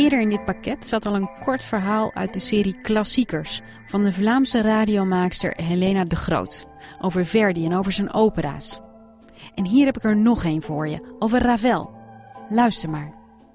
Eerder in dit pakket zat al een kort verhaal uit de serie Klassiekers van de Vlaamse radiomaakster Helena de Groot. Over Verdi en over zijn opera's. En hier heb ik er nog één voor je, over Ravel. Luister maar.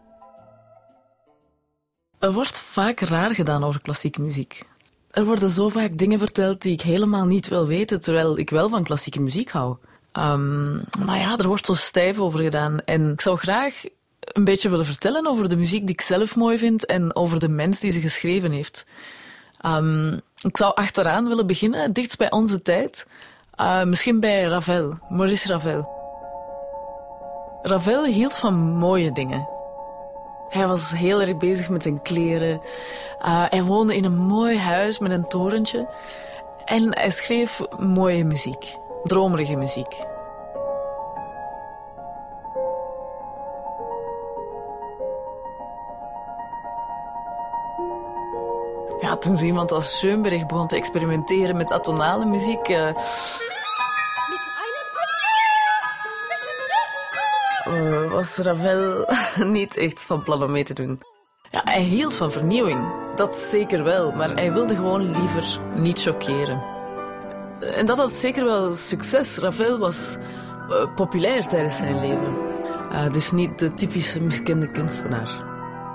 Er wordt vaak raar gedaan over klassieke muziek. Er worden zo vaak dingen verteld die ik helemaal niet wil weten, terwijl ik wel van klassieke muziek hou. Maar ja, er wordt zo stijf over gedaan. En ik zou graag een beetje willen vertellen over de muziek die ik zelf mooi vind en over de mens die ze geschreven heeft. Ik zou achteraan willen beginnen, dichtst bij onze tijd. Misschien bij Ravel, Maurice Ravel. Ravel hield van mooie dingen. Hij was heel erg bezig met zijn kleren. Hij woonde in een mooi huis met een torentje. En hij schreef mooie muziek, dromerige muziek. Ja, toen zo iemand als Schoenberg begon te experimenteren met atonale muziek... was Ravel niet echt van plan om mee te doen. Ja, hij hield van vernieuwing, dat zeker wel, maar hij wilde gewoon liever niet choqueren. En dat had zeker wel succes. Ravel was populair tijdens zijn leven. Dus niet de typische miskende kunstenaar.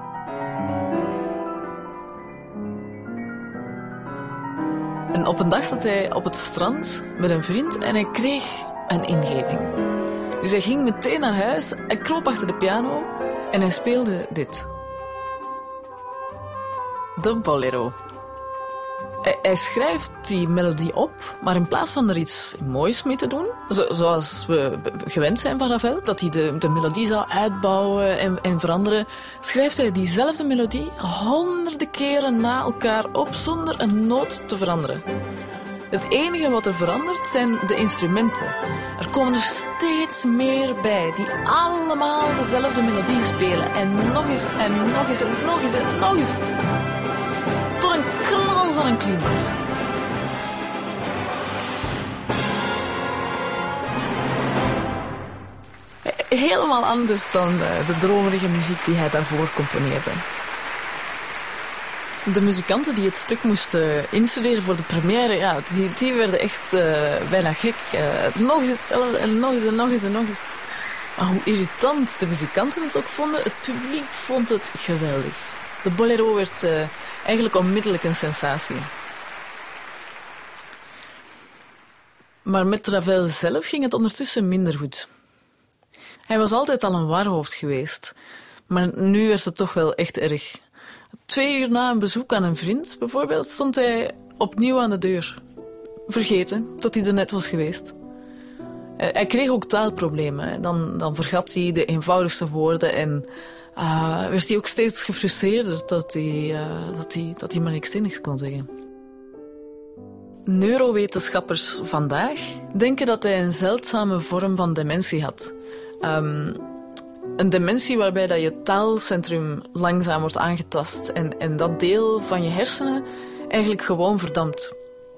En op een dag zat hij op het strand met een vriend en hij kreeg een ingeving. Dus hij ging meteen naar huis, hij kroop achter de piano en hij speelde dit. De bolero. Hij schrijft die melodie op, maar in plaats van er iets moois mee te doen, zoals we gewend zijn van Ravel, dat hij de melodie zou uitbouwen en veranderen, schrijft hij diezelfde melodie honderden keren na elkaar op zonder een noot te veranderen. Het enige wat er verandert zijn de instrumenten. Er komen er steeds meer bij die allemaal dezelfde melodie spelen. En nog eens en nog eens en nog eens en nog eens. Tot een knal van een climax. Helemaal anders dan de dromerige muziek die hij daarvoor componeerde. De muzikanten die het stuk moesten instuderen voor de première, ja, die werden echt bijna gek. Nog eens hetzelfde en nog eens en nog eens en nog eens. Maar hoe irritant de muzikanten het ook vonden, het publiek vond het geweldig. De bolero werd eigenlijk onmiddellijk een sensatie. Maar met Ravel zelf ging het ondertussen minder goed. Hij was altijd al een warhoofd geweest, maar nu werd het toch wel echt erg. 2 uur na een bezoek aan een vriend, bijvoorbeeld, stond hij opnieuw aan de deur. Vergeten dat hij er net was geweest. Hij kreeg ook taalproblemen. Dan vergat hij de eenvoudigste woorden en werd hij ook steeds gefrustreerder dat hij maar niks zinnigs kon zeggen. Neurowetenschappers vandaag denken dat hij een zeldzame vorm van dementie had. Een dementie waarbij dat je taalcentrum langzaam wordt aangetast en dat deel van je hersenen eigenlijk gewoon verdampt.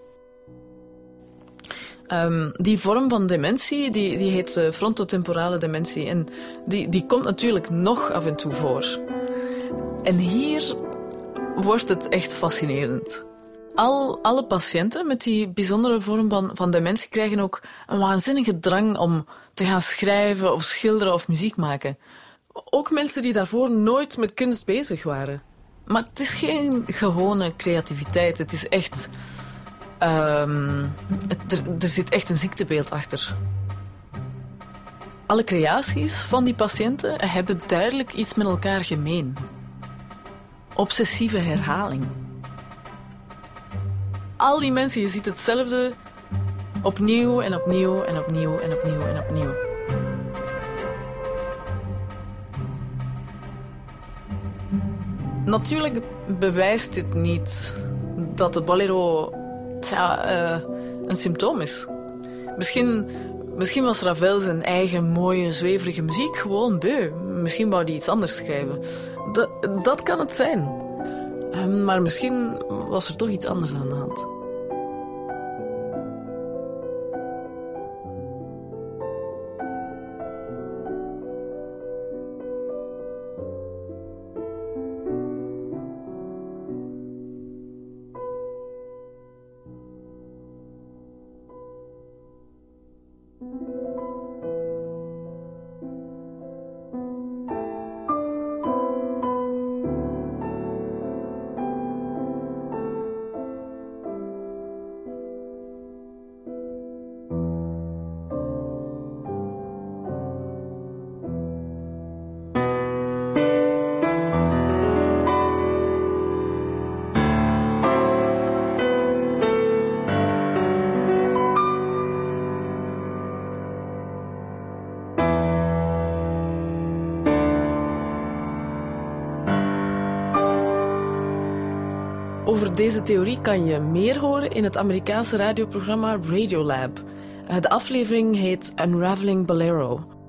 Die vorm van dementie die heet frontotemporale dementie en die komt natuurlijk nog af en toe voor. En hier wordt het echt fascinerend. Alle patiënten met die bijzondere vorm van dementie krijgen ook een waanzinnige drang om te gaan schrijven of schilderen of muziek maken. Ook mensen die daarvoor nooit met kunst bezig waren. Maar het is geen gewone creativiteit. Het is echt... er zit echt een ziektebeeld achter. Alle creaties van die patiënten hebben duidelijk iets met elkaar gemeen. Obsessieve herhaling. Al die mensen, je ziet hetzelfde opnieuw en opnieuw en opnieuw en opnieuw en opnieuw. Natuurlijk bewijst dit niet dat de bolero een symptoom is. Misschien was Ravel zijn eigen mooie, zweverige muziek gewoon beu. Misschien wou hij iets anders schrijven. Dat kan het zijn. Maar misschien was er toch iets anders aan de hand. Over deze theorie kan je meer horen in het Amerikaanse radioprogramma Radiolab. De aflevering heet Unraveling Bolero.